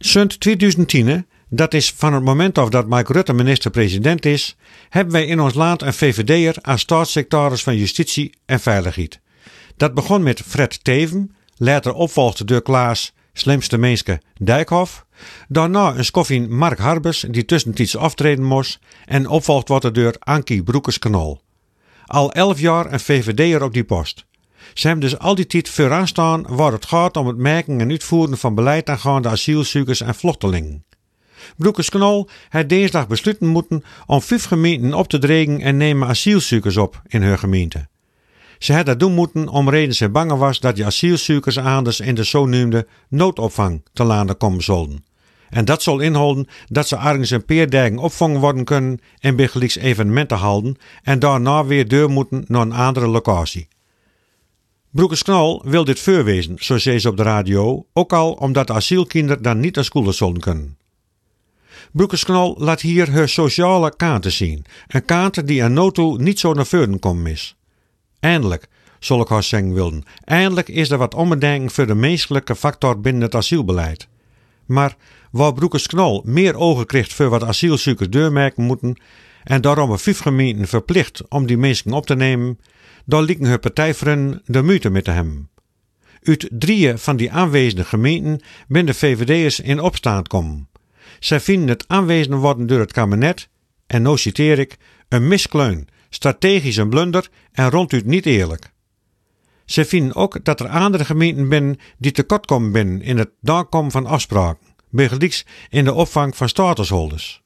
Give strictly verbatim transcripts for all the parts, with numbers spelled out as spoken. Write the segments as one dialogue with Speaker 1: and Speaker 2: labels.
Speaker 1: Sinds tweeduizend tien, dat is van het moment af dat Mark Rutte minister-president is, hebben wij in ons land een V V D'er als staatssecretaris van Justitie en Veiligheid. Dat begon met Fred Teven, later opvolgde door Klaas, slimste menske, Dijkhoff. Daarna een skoffien Mark Harbers, die tussentijds aftreden moest, en opvolgd wordt er door Ankie Broekers-Knol. Al elf jaar een V V D'er op die post. Ze hebben dus al die tijd vooraan staan waar het gaat om het maken en uitvoeren van beleid aangaande asielzoekers en vluchtelingen. Broekers-Knol had dinsdag besluiten moeten om vijf gemeenten op te dreigen en nemen asielzoekers op in hun gemeente. Ze had dat doen moeten om reden ze bang was dat die asielzoekers anders in de zogenoemde noodopvang te landen komen zouden. En dat zal inhouden dat ze ergens een paar dagen opvangen worden kunnen en begelijks evenementen houden en daarna weer deur moeten naar een andere locatie. Broekers-Knol wil dit voorwezen, zo zei ze op de radio, ook al omdat de asielkinderen dan niet naar school zullen kunnen. Broekers-Knol laat hier haar sociale kaarten zien, een kaart die aan noodtoe niet zo naar voren komen is. Eindelijk, zal ik haar zeggen wilden, eindelijk is er wat omdenken voor de menselijke factor binnen het asielbeleid. Maar waar Broekers-Knol meer ogen krijgt voor wat asielzoekers deurmerken moeten en daarom een vijf gemeenten verplicht om die mensen op te nemen, dan lieken hun partijvrienden de moeite met hem. Uit drieën van die aanwezige gemeenten ben de V V D'ers in opstand komen. Zij vinden het aanwezen worden door het kabinet, en nou citeer ik, een miskleun, strategisch een blunder en ronduit niet eerlijk. Ze vinden ook dat er andere gemeenten binnen die tekort komen binnen in het nakomen van afspraken, begelijks in de opvang van statusholders.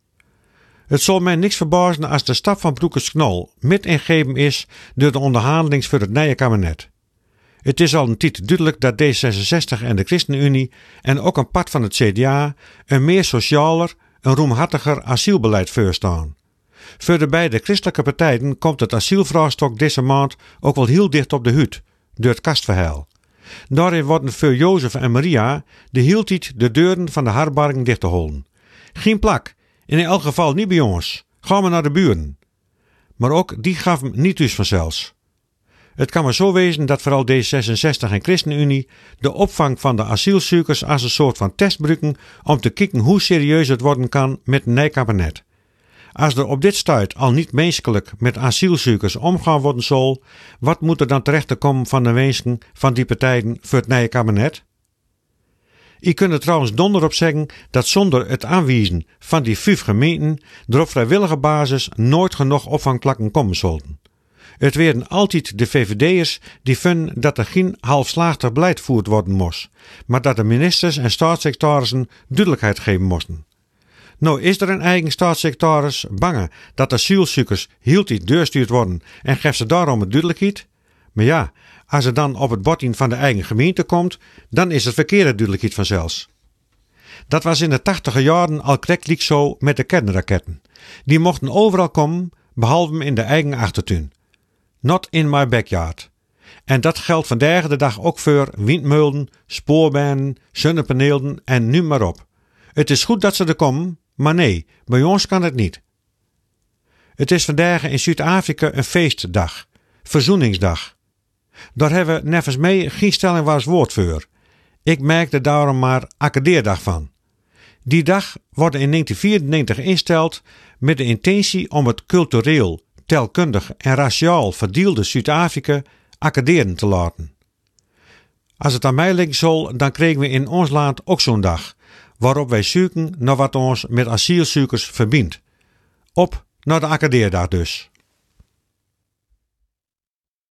Speaker 1: Het zal mij niks verbazen als de stap van Broekers-Knol mit ingegeven is door de onderhandelings voor het nieuwe kabinet. Het is al een tijd duidelijk dat D zesenzestig en de ChristenUnie en ook een part van het C D A een meer socialer, een ruimhartiger asielbeleid voorstaan. Voor de beide christelijke partijen komt het asielvraagstuk deze maand ook wel heel dicht op de huid, door het kastverhaal. Daarin worden voor Jozef en Maria de hele tijd de deuren van de herbergen dicht te houden. Geen plak, in elk geval niet bij ons. Gaan we naar de buren. Maar ook die gaven niet thuis vanzelfs. Het kan maar zo wezen dat vooral D zesenzestig en ChristenUnie de opvang van de asielzoekers als een soort van test gebruiken om te kijken hoe serieus het worden kan met een nieuw kabinet. Als er op dit stuit al niet menselijk met asielzoekers omgaan worden zal, wat moet er dan terecht te komen van de wensen van die partijen voor het nieuwe kabinet? Je kunt er trouwens donder op zeggen dat zonder het aanwijzen van die vijf gemeenten er op vrijwillige basis nooit genoeg opvangplekken komen zullen. Het werden altijd de V V D'ers die vinden dat er geen halfslachtig beleid voerd worden moest, maar dat de ministers en staatssecretarissen duidelijkheid geven moesten. Nou is er een eigen staatssecretaris bang dat asielzoekers heel tijd deurstuurd worden en geeft ze daarom het duidelijkheid? Maar ja, als het dan op het bordje van de eigen gemeente komt, dan is het verkeerde duidelijkheid vanzelfs. Dat was in de tachtige jaren al krekliek zo met de kernraketten. Die mochten overal komen, behalve in de eigen achtertuin. Not in my backyard. En dat geldt vandaag de dag ook voor windmeulen, spoorbanen, zonnepanelen en nu maar op. Het is goed dat ze er komen, maar nee, bij ons kan het niet. Het is vandaag in Zuid-Afrika een feestdag, Verzoeningsdag. Daar hebben we nevens mij geen stellingwaardig woord voor. Ik maak er daarom maar Accadeerdag van. Die dag wordt in negentien vierennegentig ingesteld met de intentie om het cultureel, taalkundig en raciaal verdeelde Zuid-Afrika accaderen te laten. Als het aan mij ligt zal, dan kregen we in ons land ook zo'n dag, waarop wij zoeken naar wat ons met asielzoekers verbindt. Op naar de Accadeerdag dus.